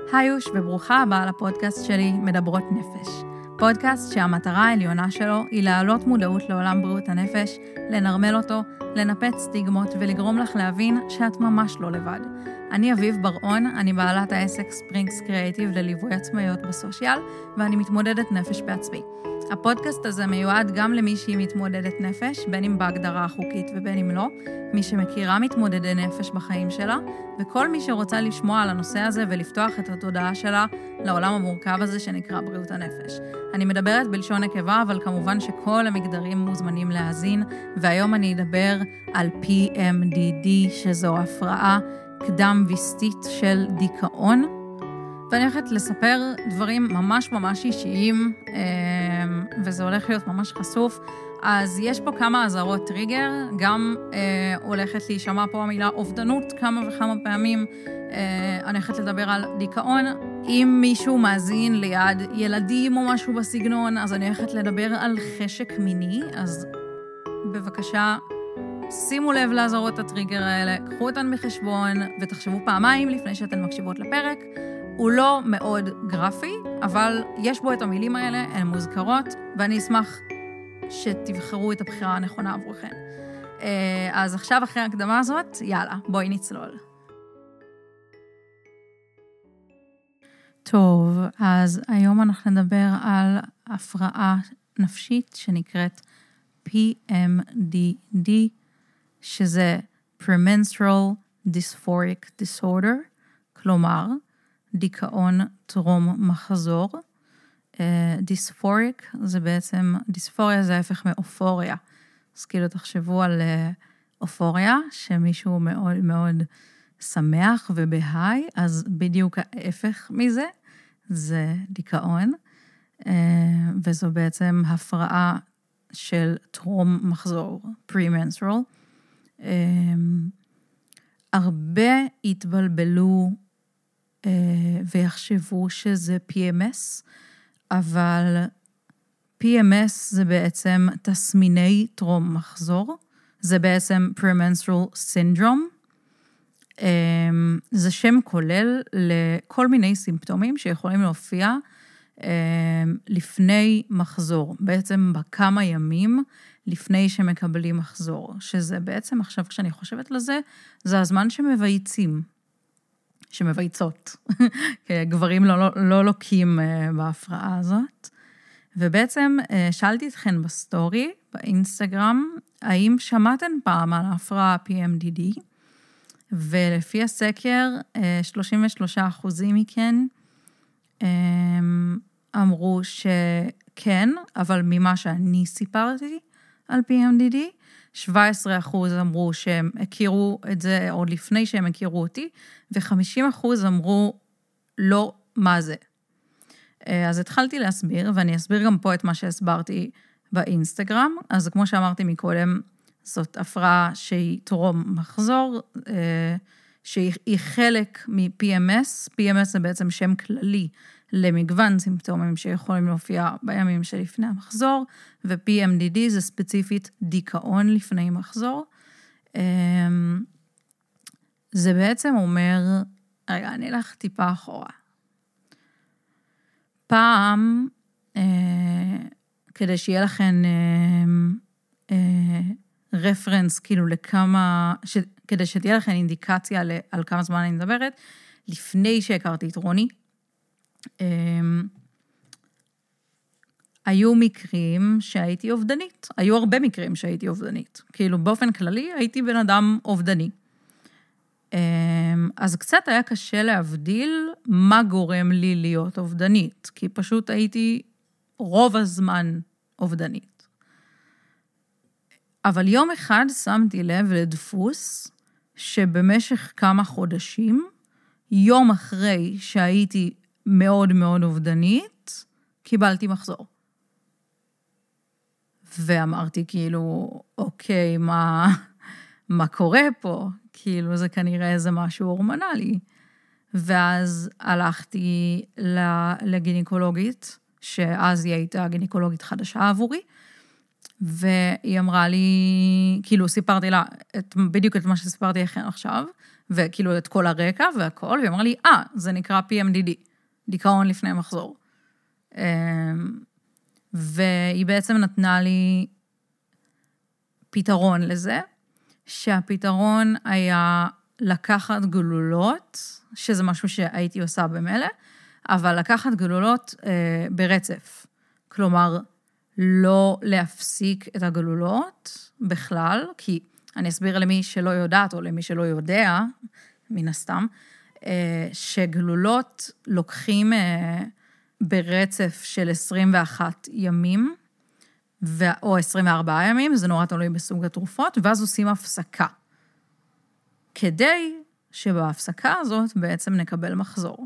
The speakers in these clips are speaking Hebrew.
היוש וברוכה הבאה לפודקאסט שלי, מדברות נפש. פודקאסט שהמטרה העליונה שלו היא להעלות מודעות לעולם בריאות הנפש, לנרמל אותו, לנפץ סטיגמות ולגרום לך להבין שאת ממש לא לבד. אני אביב ברעון, אני בעלת העסק ספרינגס קריאייטיב לליווי עצמאיות בסושיאל, ואני מתמודדת נפש בעצמי. הפודקאסט הזה מיועד גם למי שהיא מתמודדת נפש, בין אם בהגדרה החוקית ובין אם לא, מי שמכירה מתמודדי נפש בחיים שלה, וכל מי שרוצה לשמוע על הנושא הזה ולפתוח את התודעה שלה לעולם המורכב הזה שנקרא בריאות הנפש. אני מדברת בלשון נקבה, אבל כמובן שכל המגדרים מוזמנים להאזין, והיום אני אדבר על PMDD, שזו הפרעה קדם ויסטית של דיכאון, ואני הולכת לספר דברים ממש אישיים, וזה הולך להיות ממש חשוף. אז יש פה כמה אזהרות טריגר, גם הולכת להישמע פה המילה אובדנות כמה וכמה פעמים, אני הולכת לדבר על דיכאון. אם מישהו מאזין ליד ילדים או משהו בסגנון, אז אני הולכת לדבר על חשק מיני, אז בבקשה, שימו לב לאזהרות הטריגר האלה, קחו אותן בחשבון ותחשבו פעמיים לפני שאתן מקשיבות לפרק. הוא לא מאוד גרפי, אבל יש בו את המילים האלה, הן מוזכרות, ואני אשמח שתבחרו את הבחירה הנכונה עבורכם. אז עכשיו אחרי ההקדמה הזאת, יאללה, בואי נצלול. טוב, אז היום אנחנו נדבר על הפרעה נפשית שנקראת PMDD, שזה Premenstrual Dysphoric Disorder, כלומר, דיכאון טרום מחזור. דיספוריק זה בעצם, דיספוריה זה ההפך מאופוריה. אז כאילו תחשבו על אופוריה, שמישהו מאוד מאוד שמח ובהיי, אז בדיוק ההפך מזה, זה דיכאון, וזו בעצם הפרעה של טרום מחזור, pre-menstrual. הרבה התבלבלו ויחשבו שזה PMS, אבל PMS זה בעצם תסמיני טרום מחזור, זה בעצם Premenstrual Syndrome, זה שם כולל לכל מיני סימפטומים שיכולים להופיע לפני מחזור, בעצם בכמה ימים לפני שמקבלים מחזור, שזה בעצם עכשיו כשאני חושבת לזה, זה הזמן שמבייצים. שמבייצות, כי גברים לא לוקים בהפרעה הזאת. ובעצם שאלתי אתכן בסטורי, באינסטגרם, האם שמעתן פעם על ההפרעה PMDD, ולפי הסקר, 33% מכן אמרו שכן, אבל ממה שאני סיפרתי על PMDD, 17% אמרו שהם הכירו את זה עוד לפני שהם הכירו אותי, ו50% אמרו לא מה זה. אז התחלתי להסביר, ואני אסביר גם פה את מה שהסברתי באינסטגרם. אז כמו שאמרתי מקודם, זאת הפרעה שהיא טרום מחזור, שהיא חלק מ-PMS. PMS זה בעצם שם כללי למגוון סימפטומים שיכולים להופיע בימים שלפני המחזור, ו-PMDD זה ספציפית דיכאון לפני מחזור. זה בעצם אומר, רגע, אני אלך טיפה אחורה. פעם, כדי שיהיה לכם רפרנס, כאילו לכמה, כדי שתהיה לכם אינדיקציה על כמה זמן אני מדברת, לפני שהכרתי את רוני, היו מקרים שהייתי אובדנית. היו הרבה מקרים שהייתי אובדנית. כאילו באופן כללי הייתי בן אדם אובדני. אז קצת היה קשה להבדיל מה גורם לי להיות אובדנית, כי פשוט הייתי רוב הזמן אובדנית. אבל יום אחד שמתי לב לדפוס שבמשך כמה חודשים, יום אחרי שהייתי מאוד מאוד אובדנית, קיבלתי מחזור. ואמרתי כאילו, אוקיי, מה קורה פה? כאילו זה כנראה איזה משהו הורמונלי. ואז הלכתי לגינקולוגית, שאז היא הייתה גינקולוגית חדשה עבורי, והיא אמרה לי, כאילו סיפרתי לה בדיוק את מה שסיפרתי לכם עכשיו, וכאילו את כל הרקע והכל, והיא אמרה לי, זה נקרא PMDD, דיכאון לפני מחזור. והיא בעצם נתנה לי פתרון לזה, שהפתרון היה לקחת גלולות, שזה משהו שהייתי עושה במלא, אבל לקחת גלולות ברצף. כלומר, לא להפסיק את הגלולות בכלל, כי אני אסביר למי שלא יודעת, או למי שלא יודע, מן הסתם, שגלולות לוקחים ברצף של 21 ימים, או 24 ימים, זה נורא תלוי בסוג התרופות, ואז עושים הפסקה. כדי שבהפסקה הזאת בעצם נקבל מחזור.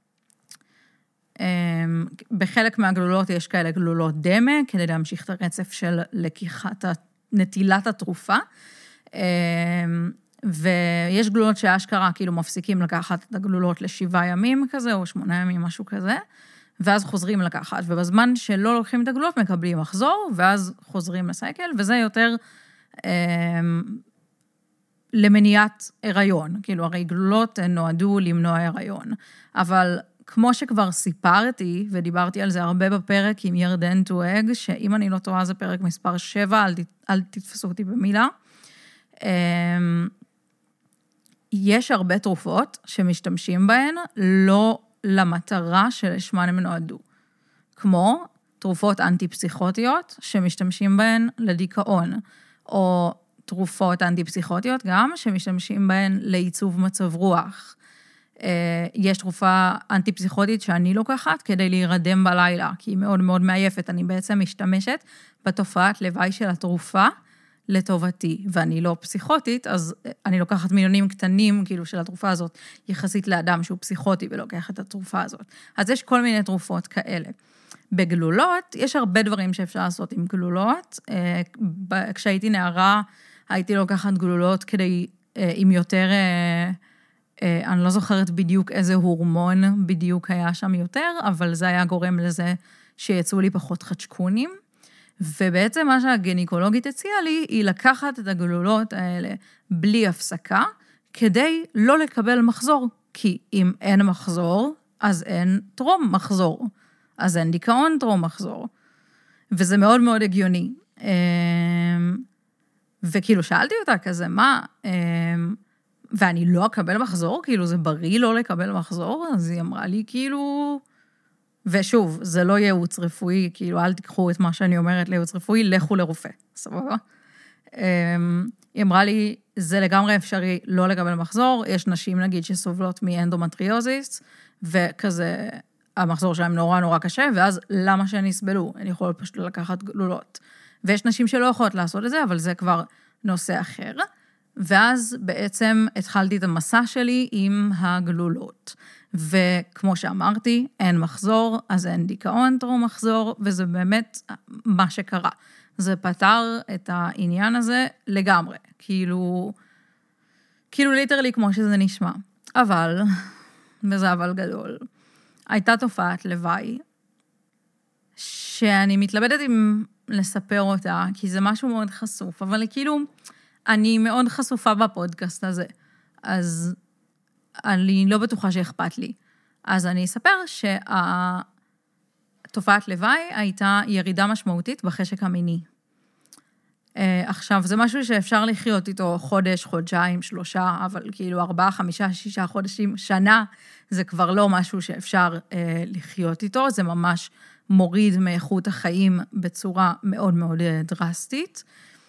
בחלק מהגלולות יש כאלה גלולות דמה, כדי להמשיך את הרצף של נטילת התרופה, ויש גלולות שהאשכרה כאילו מפסיקים לקחת את הגלולות ל7 ימים כזה, או 8 ימים, משהו כזה, ואז חוזרים לקחת, ובזמן שלא לוקחים את הגלולות מקבלים מחזור, ואז חוזרים לסייקל, וזה יותר למניעת הריון, כאילו הרי גלולות נועדו למנוע הריון, אבל כמו שכבר סיפרתי, ודיברתי על זה הרבה בפרק עם ירדן טואג, שאם אני לא טועה זה פרק מספר 7, אל תתפסו אותי במילה, יש הרבה תרופות שמשתמשים בהן, לא למטרה שלשמן הם נועדו. כמו תרופות אנטי-פסיכוטיות, שמשתמשים בהן לדיכאון, או תרופות אנטי-פסיכוטיות גם, שמשתמשים בהן לעיצוב מצב רוח. יש תרופה אנטי-פסיכוטית שאני לוקחת כדי להירדם בלילה, כי היא מאוד מאוד מעייפת. אני בעצם משתמשת בתופעת לוואי של התרופה לטובתי, ואני לא פסיכוטית, אז אני לוקחת מינונים קטנים, כאילו, של התרופה הזאת, יחסית לאדם שהוא פסיכוטי ולוקח את התרופה הזאת. אז יש כל מיני תרופות כאלה. בגלולות, יש הרבה דברים שאפשר לעשות עם גלולות. כשהייתי נערה, הייתי לוקחת גלולות כדי, עם יותר, אני לא זוכרת בדיוק איזה הורמון בדיוק היה שם יותר, אבל זה היה גורם לזה שיצאו לי פחות חדשקונים. ובעצם מה שהגניקולוגית הציעה לי, היא לקחת את הגלולות האלה בלי הפסקה, כדי לא לקבל מחזור. כי אם אין מחזור, אז אין טרום מחזור. אז אין דיכאון טרום מחזור. וזה מאוד מאוד הגיוני. וכאילו שאלתי אותה כזה, מה? ואני לא אקבל מחזור? כאילו זה בריא לא לקבל מחזור? אז היא אמרה לי כאילו... ושוב, זה לא ייעוץ רפואי, כאילו אל תיקחו את מה שאני אומרת לייעוץ רפואי, לכו לרופא, סבבה? היא אמרה לי, זה לגמרי אפשרי לא לקבל מחזור, יש נשים נגיד שסובלות מאנדומטריוזיס, וכזה המחזור שלהם נורא נורא קשה, ואז למה שהן יסבלו? הן יכולות פשוט לקחת גלולות. ויש נשים שלא יכולות לעשות את זה, אבל זה כבר נושא אחר. ואז בעצם התחלתי את המסע שלי עם הגלולות. וכמו שאמרתי, אין מחזור, אז אין דיכאון טרום מחזור, וזה באמת מה שקרה. זה פתר את העניין הזה לגמרי. כאילו ליטרלי כמו שזה נשמע. אבל, וזה אבל גדול, הייתה תופעת לוואי, שאני מתלבטת אם לספר אותה, כי זה משהו מאוד חשוף, אבל כאילו, אני מאוד חשופה בפודקאסט הזה, אז אני לא בטוחה שאכפת לי. אז אני אספר שהתופעת לוואי הייתה ירידה משמעותית בחשק המיני. עכשיו, זה משהו שאפשר לחיות איתו חודש, חודשיים, 3, אבל כאילו 4, 5, 6 חודשים, שנה, זה כבר לא משהו שאפשר לחיות איתו, זה ממש מוריד מאיכות החיים בצורה מאוד מאוד דרסטית.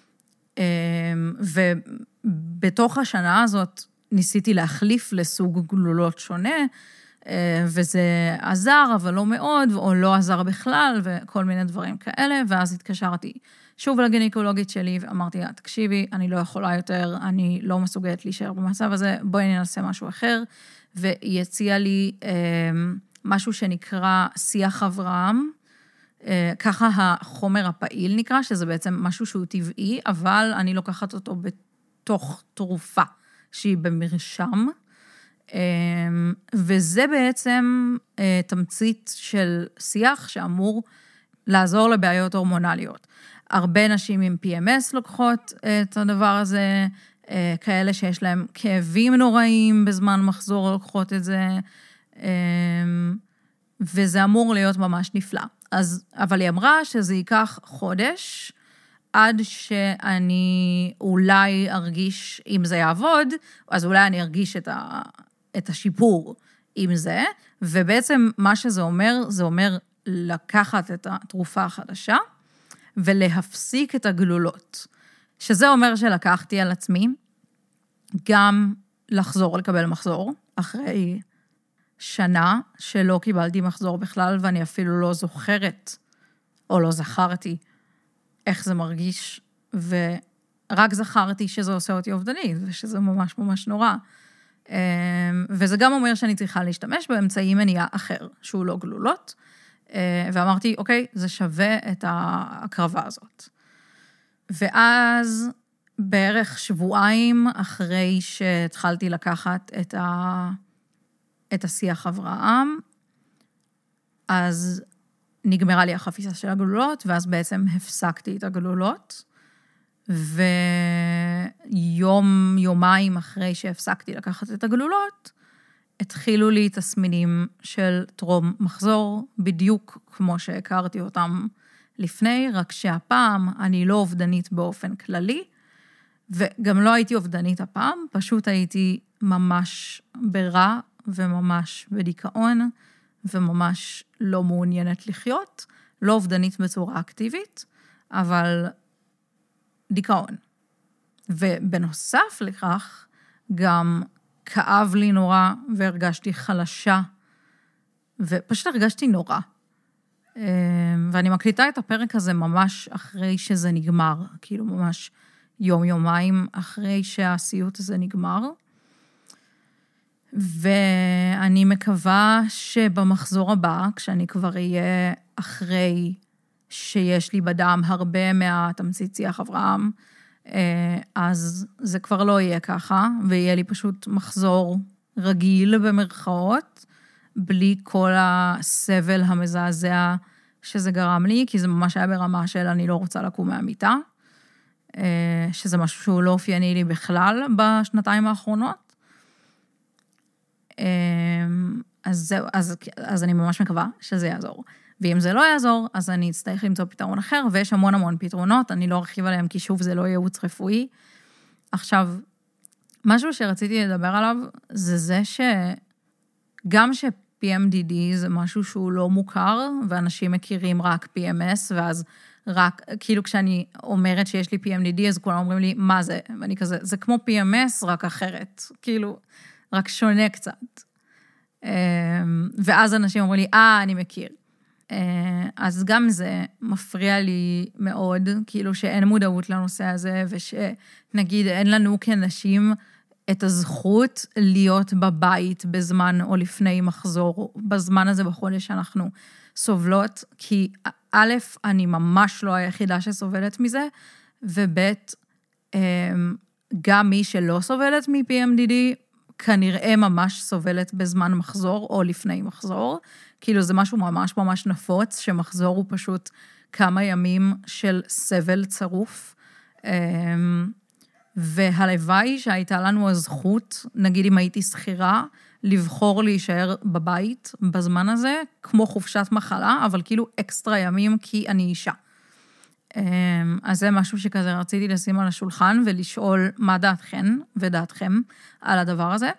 ובתוך השנה הזאת ניסיתי להחליף לסוג גלולות שונה, וזה עזר, אבל לא מאוד, או לא עזר בכלל, וכל מיני דברים כאלה, ואז התקשרתי שוב לגניקולוגית שלי, ואמרתי, תקשיבי, אני לא יכולה יותר, אני לא מסוגלת להישאר במצב הזה, בואי ננסה משהו אחר, והיא הציעה לי משהו שנקרא שיח אברהם, ככה החומר הפעיל נקרא, שזה בעצם משהו שהוא טבעי, אבל אני לוקחת אותו בתוך תרופה, שהיא במרשם, וזה בעצם תמצית של שיח שאמור לעזור לבעיות הורמונליות. הרבה נשים עם PMS לוקחות את הדבר הזה, כאלה שיש להם כאבים נוראים בזמן מחזור, לוקחות את זה, וזה אמור להיות ממש נפלא. אבל היא אמרה שזה ייקח חודש, עד שאני אולי ארגיש, אם זה יעבוד, אז אולי אני ארגיש את השיפור עם זה, ובעצם מה שזה אומר, זה אומר לקחת את התרופה החדשה, ולהפסיק את הגלולות. שזה אומר שלקחתי על עצמי, גם לחזור לקבל מחזור, אחרי שנה שלא קיבלתי מחזור בכלל, ואני אפילו לא זוכרת, או לא זכרתי, איך זה מרגיש, ורק זכרתי שזה עושה אותי אובדנית, ושזה ממש ממש נורא. וזה גם אומר שאני צריכה להשתמש באמצעי מניעה אחר, שהוא לא גלולות, ואמרתי, אוקיי, זה שווה את ההקרבה הזאת. ואז בערך שבועיים אחרי שהתחלתי לקחת את השיח אברהם, אז נגמרה לי החפיסה של הגלולות, ואז בעצם הפסקתי את הגלולות, יומיים אחרי שהפסקתי לקחת את הגלולות, התחילו לי תסמינים של טרום מחזור, בדיוק כמו שהכרתי אותם לפני, רק שהפעם אני לא אובדנית באופן כללי, וגם לא הייתי אובדנית הפעם, פשוט הייתי ממש ברע, וממש בדיכאון, וממש לא מעוניינת לחיות, לא אובדנית בצורה אקטיבית, אבל דיכאון. ובנוסף לכך, גם כאב לי נורא, והרגשתי חלשה, ופשוט הרגשתי נורא. ואני מקליטה את הפרק הזה ממש אחרי שזה נגמר, כאילו ממש יומיים אחרי שהסיוט הזה נגמר. ואני מקווה שבמחזור הבא, כשאני כבר אהיה אחרי שיש לי בדם הרבה מהתמצית שיח אברהם, אז זה כבר לא יהיה ככה, ויהיה לי פשוט מחזור רגיל במרכאות, בלי כל הסבל המזעזע שזה גרם לי, כי זה ממש היה ברמה של אני לא רוצה לקום מהמיטה, שזה משהו שהוא לא אופייני לי בכלל בשנתיים האחרונות. אז אני ממש מקווה שזה יעזור. ואם זה לא יעזור, אז אני אצטרך למצוא פתרון אחר, ויש המון פתרונות, אני לא ארחיב עליהם, כי שוב זה לא ייעוץ רפואי. עכשיו, משהו שרציתי לדבר עליו, זה שגם ש-PMDD זה משהו שהוא לא מוכר, ואנשים מכירים רק PMS, ואז רק, כאילו כשאני אומרת שיש לי PMDD, אז כולם אומרים לי, מה זה? ואני כזה, זה כמו PMS, רק אחרת, כאילו, רק שונה קצת. ואז אנשים אומרים לי, אני מכיר. אז גם זה מפריע לי מאוד, כאילו שאין מודעות לנושא הזה, ושנגיד אין לנו כנשים את הזכות להיות בבית בזמן או לפני מחזור, בזמן הזה בחודש שאנחנו סובלות, כי א', אני ממש לא היחידה שסובלת מזה, וב', גם מי שלא סובלת מ-PMDD, כנראה ממש סובלת בזמן מחזור או לפני מחזור, כאילו זה משהו ממש ממש נפוץ, שמחזור הוא פשוט כמה ימים של סבל צרוף, והלוואי שהייתה לנו הזכות, נגיד אם הייתי שכירה, לבחור להישאר בבית בזמן הזה, כמו חופשת מחלה, אבל כאילו אקסטרה ימים כי אני אישה. אז זה משהו שכזה רציתי לשים על השולחן, ולשאול מה דעתכן ודעתכם על הדבר הזה.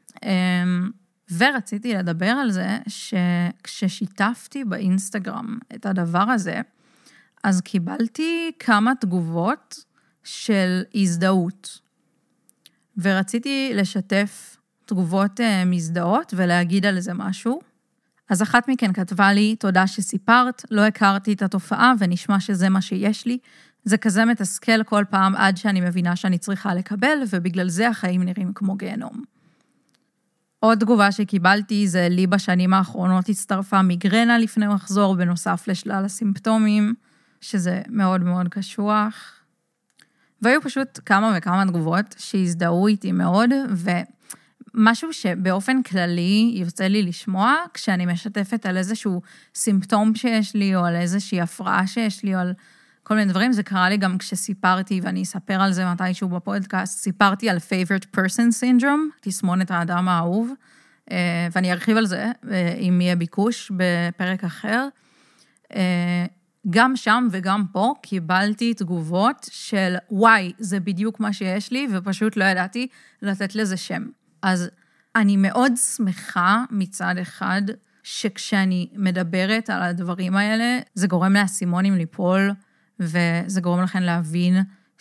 ורציתי לדבר על זה שכששיתפתי באינסטגרם את הדבר הזה, אז קיבלתי כמה תגובות של הזדהות. ורציתי לשתף תגובות מזדהות ולהגיד על זה משהו. אז אחת מכן כתבה לי, תודה שסיפרת, לא הכרתי את התופעה ונשמע שזה מה שיש לי. זה כזה מתסכל כל פעם עד שאני מבינה שאני צריכה לקבל, ובגלל זה החיים נראים כמו גיהנום. עוד תגובה שקיבלתי זה לי בשנים האחרונות הצטרפה מיגרנה לפני מחזור, בנוסף לשלל הסימפטומים, שזה מאוד מאוד קשוח. והיו פשוט כמה וכמה תגובות שהזדהו איתי מאוד, ומשהו שבאופן כללי יוצא לי לשמוע, כשאני משתפת על איזשהו סימפטום שיש לי, או על איזושהי הפרעה שיש לי, או על כל מיני דברים. זה קרה לי גם כשסיפרתי, ואני אספר על זה מתישהו בפודקאסט, סיפרתי על favorite person syndrome, תסמונת האדם האהוב, ואני ארחיב על זה, אם יהיה ביקוש בפרק אחר. גם שם וגם פה קיבלתי תגובות של, וואי, זה בדיוק מה שיש לי, ופשוט לא ידעתי לתת לזה שם. אז אני מאוד שמחה מצד אחד, שכשאני מדברת על הדברים האלה, זה גורם לאסימונים ליפול, וזה גורם לכן להבין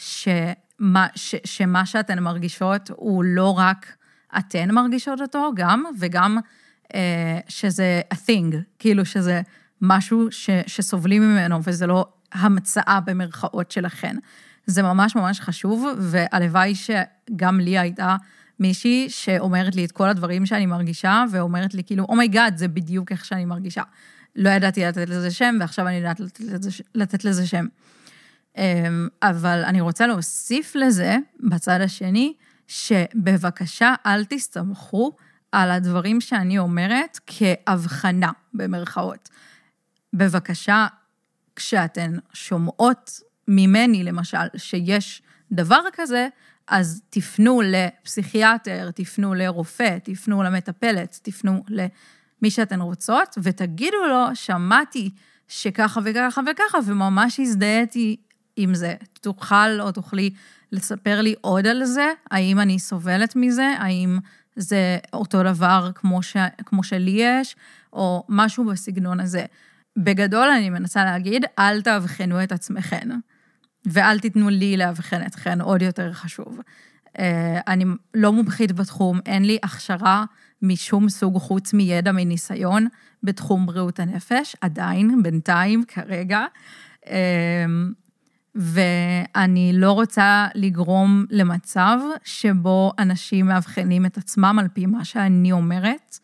שמה שאתן מרגישות הוא לא רק אתן מרגישות אותו גם, וגם שזה a thing, כאילו שזה משהו שסובלים ממנו, וזה לא המצאה במרכאות שלכן. זה ממש ממש חשוב, והלוואי שגם לי הייתה מישהי שאומרת לי את כל הדברים שאני מרגישה, ואומרת לי כאילו, אומייגאד, זה בדיוק איך שאני מרגישה. לא ידעתי לתת לזה שם, ועכשיו אני יודעת לתת לזה שם. אבל אני רוצה להוסיף לזה, בצד השני, שבבקשה אל תסתמכו על הדברים שאני אומרת כהבחנה במרכאות. בבקשה, כשאתן שומעות ממני, למשל, שיש דבר כזה, אז תפנו לפסיכיאטר, תפנו לרופא, תפנו למטפלת, תפנו למי שאתן רוצות, ותגידו לו, שמעתי שככה וככה וככה, וממש הזדהיתי עם זה. תוכל או תוכלי לספר לי עוד על זה, האם אני סובלת מזה, האם זה אותו דבר כמו שלי יש, או משהו בסגנון הזה. בגדול אני מנסה להגיד, אל תאבחנו את עצמכן, ואל תיתנו לי להבחן אתכן, עוד יותר חשוב. אני לא מומחית בתחום, אין לי הכשרה משום סוג חוץ מידע מניסיון בתחום בריאות הנפש, עדיין, בינתיים, כרגע, ואני לא רוצה לגרום למצב שבו אנשים מאבחנים את עצמם על פי מה שאני אומרת,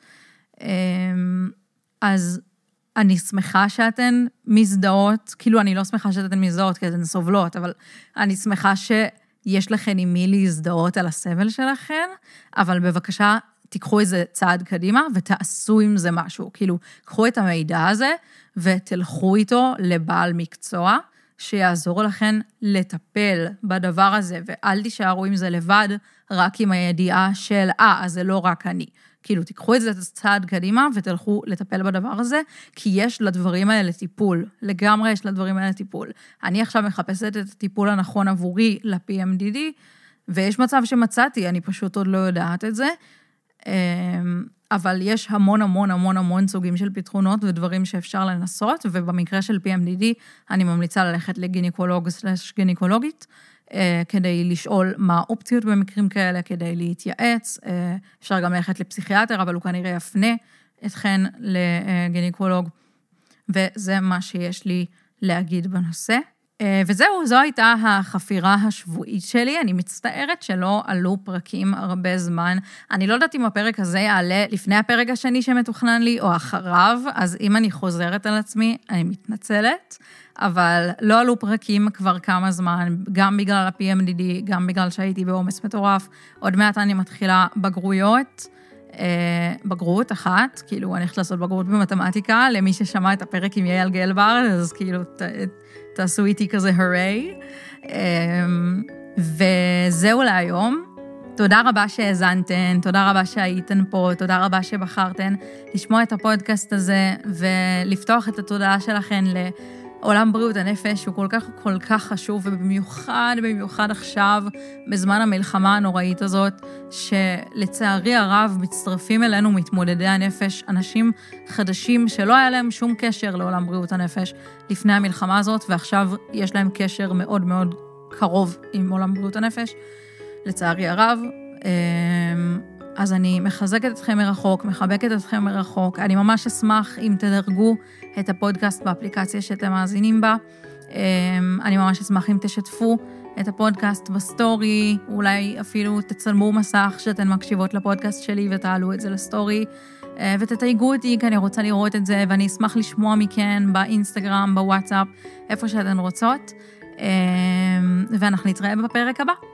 אז אני שמחה שאתן מזדהות, כאילו אני לא שמחה שאתן מזדהות, כי אתן סובלות, אבל אני שמחה שיש לכן עם מי להזדהות על הסבל שלכן, אבל בבקשה תיקחו איזה צעד קדימה ותעשו עם זה משהו, כאילו קחו את המידע הזה ותלכו איתו לבעל מקצוע, שיעזור לכן לטפל בדבר הזה, ואל תישארו עם זה לבד, רק עם הידיעה של, אז זה לא רק אני. כאילו, תיקחו את זה צעד קדימה, ותלכו לטפל בדבר הזה, כי יש לדברים האלה טיפול. לגמרי יש לדברים האלה טיפול. אני עכשיו מחפשת את הטיפול הנכון עבורי ל-PMDD, ויש מצב שמצאתי, אני פשוט עוד לא יודעת את זה, אבל יש המון המון המון המון סוגים של פתרונות ודברים שאפשר לנסות, ובמקרה של PMDD אני ממליצה ללכת לגינקולוג/גינקולוגית, כדי לשאול מה האופציות במקרים כאלה, כדי להתייעץ, אפשר גם ללכת לפסיכיאטר, אבל הוא כנראה יפנה אתכן לגינקולוג, וזה מה שיש לי להגיד בנושא. וזהו, זו הייתה החפירה השבועית שלי, אני מצטערת שלא עלו פרקים הרבה זמן, אני לא יודעת אם הפרק הזה יעלה לפני הפרק השני שמתוכנן לי, או אחריו, אז אם אני חוזרת על עצמי, אני מתנצלת, אבל לא עלו פרקים כבר כמה זמן, גם בגלל ה-PMDD, גם בגלל שהייתי בעומס מטורף, עוד מעט אני מתחילה בגרויות, בגרות אחת, כאילו אני הולכת לעשות בגרות במתמטיקה, למי ששמע את הפרק עם יעל גלבר, אז כאילו תעשו איתי כזה הרי, וזהו להיום, תודה רבה שהאזנתן, תודה רבה שהייתן פה, תודה רבה שבחרתן לשמוע את הפודקאסט הזה, ולפתוח את התודעה שלכן לעולם בריאות הנפש, הוא כל כך חשוב, ובמיוחד עכשיו, בזמן המלחמה הנוראית הזאת, שלצערי הרב מצטרפים אלינו מתמודדי הנפש, אנשים חדשים שלא היה להם שום קשר לעולם בריאות הנפש לפני המלחמה הזאת, ועכשיו יש להם קשר מאוד מאוד קרוב עם עולם בריאות הנפש, לצערי הרב. אז אני מחזקת אתכם מרחוק, מחבקת אתכם מרחוק, אני ממש אשמח אם תדרגו את הפודקאסט באפליקציה שאתם מאזינים בה, אני ממש אשמח אם תשתפו את הפודקאסט בסטורי, אולי אפילו תצלמו מסך שאתן מקשיבות לפודקאסט שלי ותעלו את זה לסטורי, ותתייגו אותי כי אני רוצה לראות את זה, ואני אשמח לשמוע מכן באינסטגרם, בוואטסאפ, איפה שאתן רוצות, ואנחנו נתראה בפרק הבא.